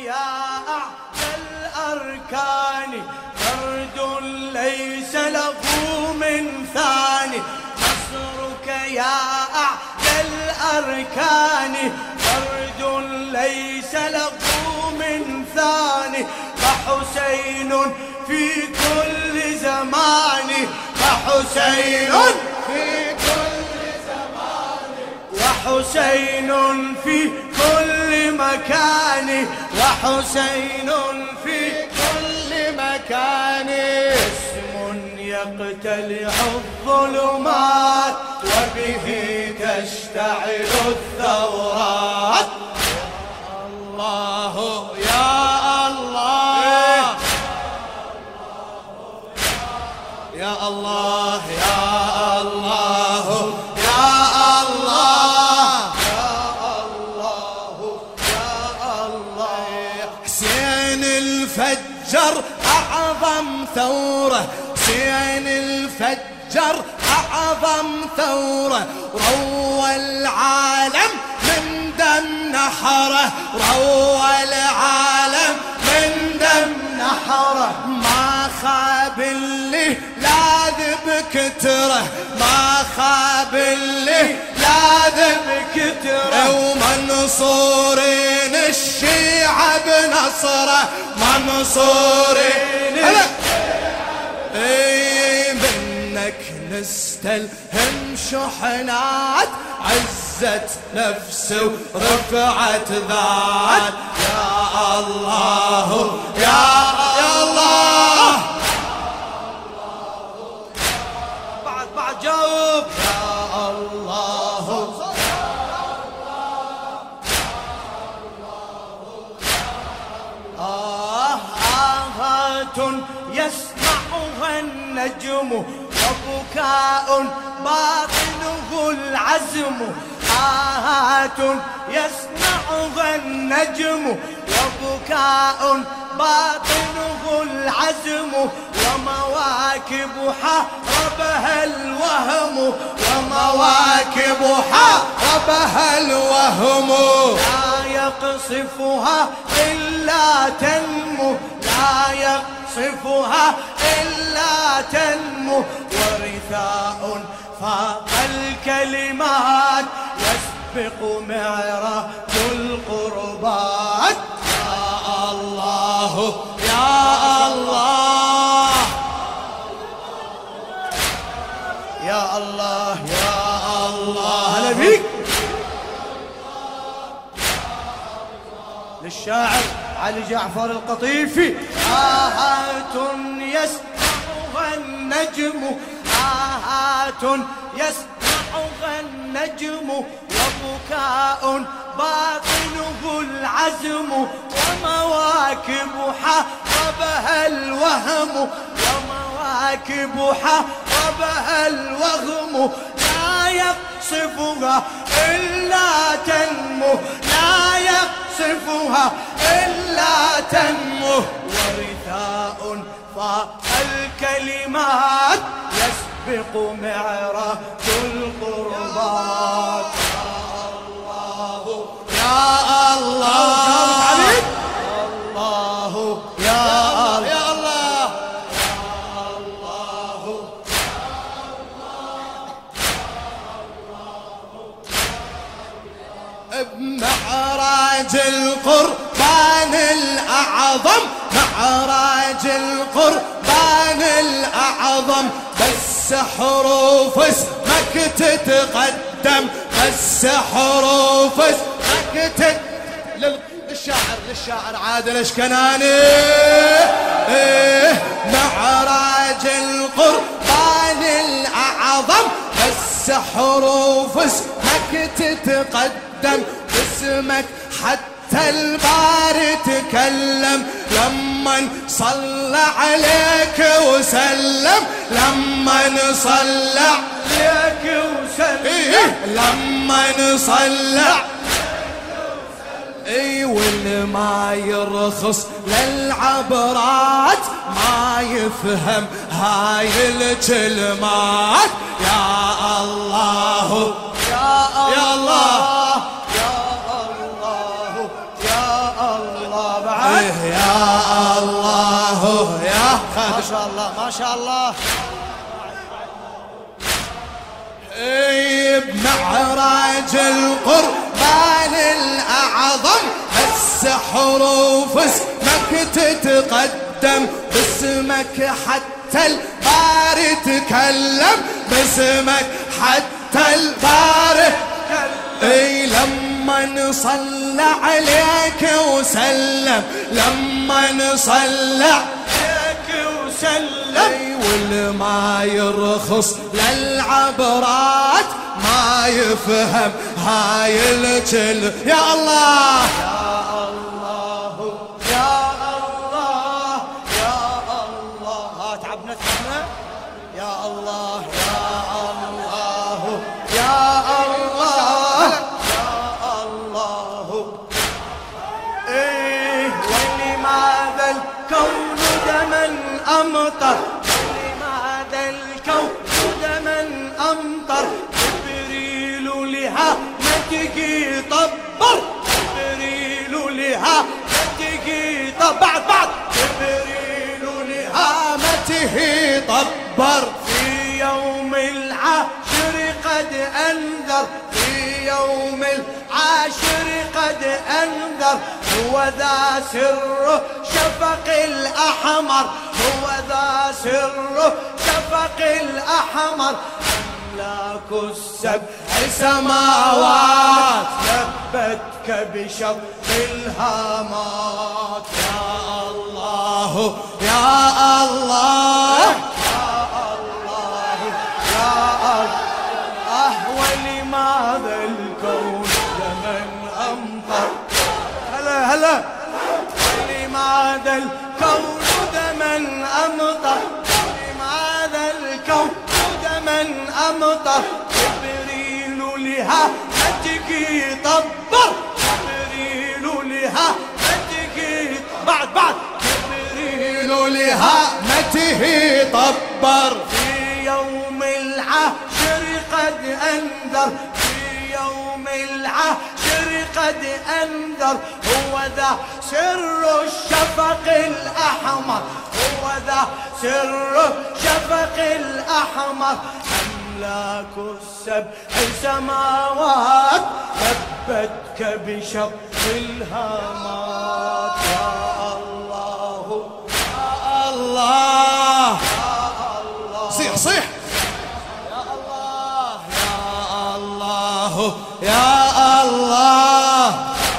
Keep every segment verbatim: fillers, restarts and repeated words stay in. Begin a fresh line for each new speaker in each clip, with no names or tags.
يا أعلى الأركان فرد ليس له من ثاني نصرك يا أعلى الأركان فرد ليس له من ثاني فحسين في كل زمان فحسين في كل زمان وحسين في كل مكان وحسين في كل مكان اسم يقتلع الظلمات وبه تشتعل الثورات الله يا الله يا الله يا الله يا الله يا الله يا الله حسين الفجر أعظم ثورة حسين الفجر أعظم ثورة روى العالم من دم نحره روى العالم من دم نحره ما خاب اللي لاذ بكتره ما خاب اللي لاذ بكتره ومنصورين الشيعة بنصره منصورين اي منك نستلهم شحنات عزت نفس ورفعت ذات يا الله يا يا الله بعد بعد جاوب يا الله آه آهات يسمعها النجم وبكاء باطنه العزم آهات يسمعها النجم وبكاء باطنه العزم ومواكب حاربها الوهم ومواكب حاربها الوهم لا يقصفها إلا تنمو لا يقصفها إلا تنمو ورثاء فاق الكلمات يسبق معراج القربات يا الله يا الله يا الله يا الله هلا بيك للشاعر علي جعفر القطيفي آهات يسمعها النجم آهات يسمعها النجم وبكاء باطنه العزم ومواكب حاربها الوهم ومواكب حاربها الوهم لا يقصفها إلا تنمو لا يقصفها إلا تنمو ورثاء فاق الكلمات يسبق معراج القربات يا الله الله يا الله يا الله بمعراج القربان الأعظم معراج القربان الأعظم بس حروف اسمك تتقدم بس حروف اسمك تت للشاعر للشاعر عادل اشكناني ايه معراج القربان الأعظم بس حروف اسمك تتقدم اسمك حتى الباري تكلم لمن صلى عليك وسلم لمن صلى عليك وسلم لمن صلى اي واللي ما يرخص للعبرات ما يفهم هاي الكلمات يا الله يا الله يا الله يا الله بعد ما
شاء الله ما شاء الله.
اي بمعراج القربان الأعظم هسه حروف اسمك تتقدم، باسمك حتى الباري تكلم، باسمك حتى الباري اي لما نصلى عليك وسلم، لما نصلى عليك وسلم، اي والما يرخص للعبرات ما يفهم هاي الجل. يا الله
يا الله يا الله يا الله. تعبنا تعبنا. يا الله يا الله يا الله يا الله. ايه ولماذا الكون دما امطر، ولماذا الكون دما امطر، جبريل لهامته طبر، جبريل لهامته طبر، بعد بعد جبريل لهامته طبر، في يوم العاشر قد انذر، في يوم العاشر قد انذر، هو ذا سر شفق الاحمر، هو ذا سر شفق الاحمر، أملاك السبع سماوات لبتك بشق الهامات. يا الله
يا الله
يا الله يا الله. ولماذا الكون دمن أمطر، هلا هلا. ولماذا الكون دمن أمطر، لماذا الكون دمن أمطر، جبريل لهامتك طبر، جبريل لهامتك بعد بعد جبريل
لهامته طبر،
في يوم العاشر قد أنذر، في يوم العاشر قد أنذر، هو ذا سر الشفق الأحمر، هو ذا سر شفق الأحمر، أملاك السبع سماوات لبتك بشق الهامات. يا الله
يا الله
يا الله.
صيح صيح.
يا الله
يا الله يا الله.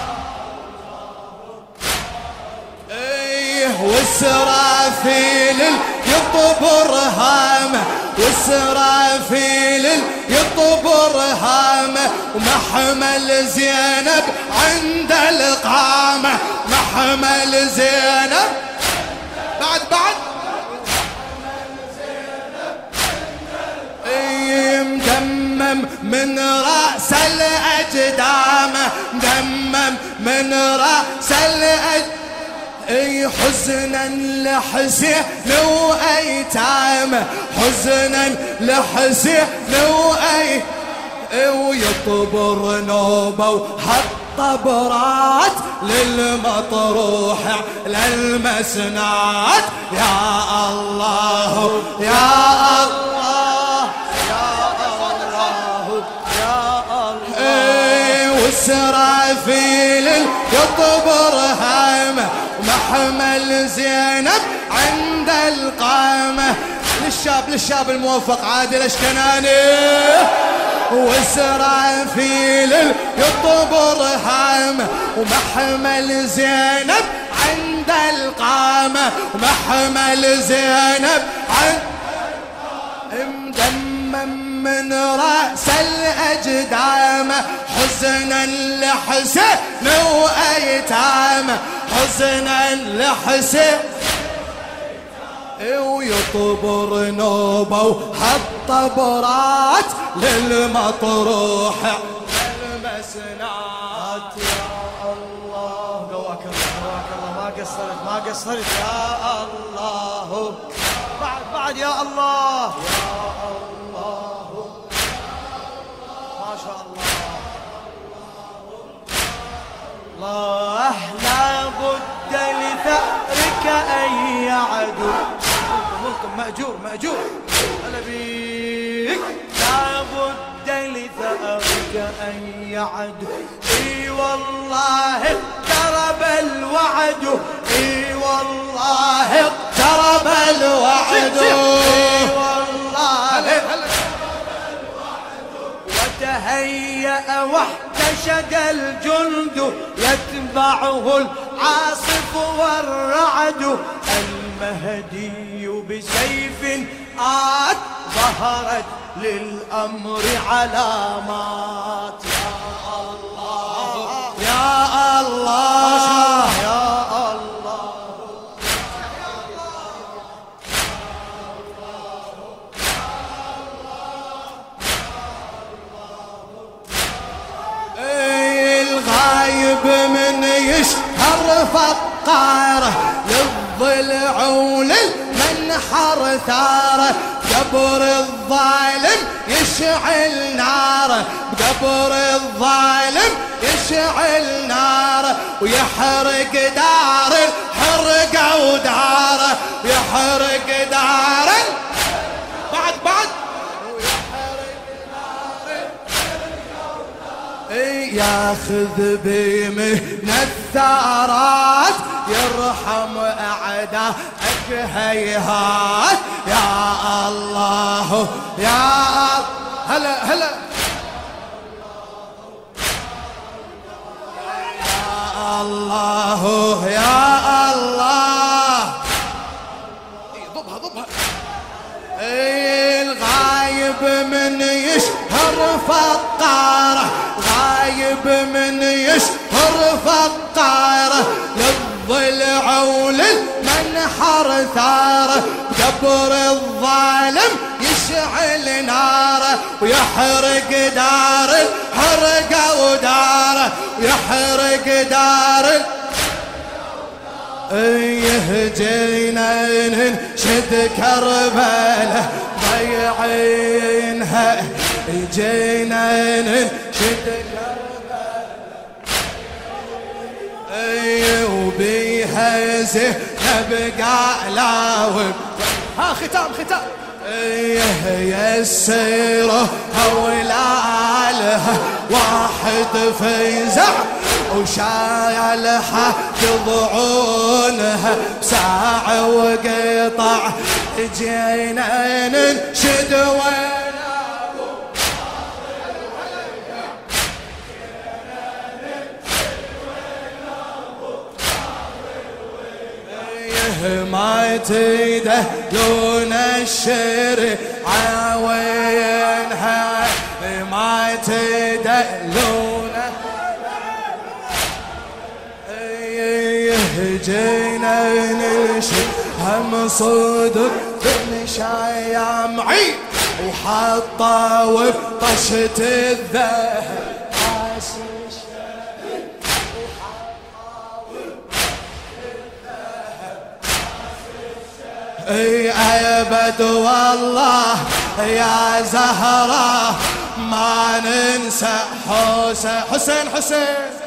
ايه واسرافيل يطبر هامه، واسرافيل يطبر هامه، ومحمل زينب عند القامه، محمل زينب بعد بعد ايه مدمم من رأس الأجدام، مدمم من رأس الأجدام، اي حزنا لحسين وايتام، حزنا لحسين واي ويطبر نوبه وهالطبرات للمطروح للمسنات. يا الله يا الله
يا الله يا الله.
اي واسرافيل يطبر هامه، ومحمل زينب عند القامه. للشاب للشاب الموفق عادل اشكناني. واسرافيل يطبر هامه، ومحمل زينب عند القامه، ومحمل زينب عند مدمم من رأس الأجدام، حزنا لحسين وأيتام، حزنا لحسين ويطبر نوبه وهالطبرات للمطروح للمسنات.
يا الله قواك الله قواك الله. ما قصرت ما قصرت. يا الله بعد بعد. يا الله يا الله ما شاء الله. الله لا بد لثأرك أن يعدو، لكم مأجور مأجور. هلا بيك. لابد لثأرك أن يعد، اي والله اقترب الوعد، اي والله
اقترب الوعد،
اي والله وتهيأ واحتشد الجند يتبعه العاصف والرعد. المهدي بسيف آت ظهرت للأمر علامات. يا الله
يا الله
يا الله.
الغايب من يشهر فقاره، للضلع وللمنحر ثاره، بقبر الظالم يشعل ناره، بقبر الظالم يشعل ناره، ويحرق دار الحرقة وداره، يحرق دار بعد بعد ياخذ بمهن الثارات، يرحم أعدائك هيهات. يا الله يا هلا هلا يا الله يا الله. ضبها ضبها. الغايب من يشهر فقاره، غايب من يشهر فقاره، للضلع وللمنحر ثاره، بقبر الظالم يشعل ناره، ويحرق دار الحرقة وداره، ويحرق دار يهجينا ننشد كربله ضيعينها، جينا ننشد كربله وبيها زينب قالاوب.
ها ختام ختام.
يسيره هولالها واحد فيزع، وشايلها يضعونها بساعة وقطع، جينا ننشد وين ما تيده لون الشر عوينها، ما تيده لون جينا ننشد هم صدق بنشايمعي، وحطه وبطشة الذهب اي ابد والله يا زهرة ما ننسى حسين حسين حسين.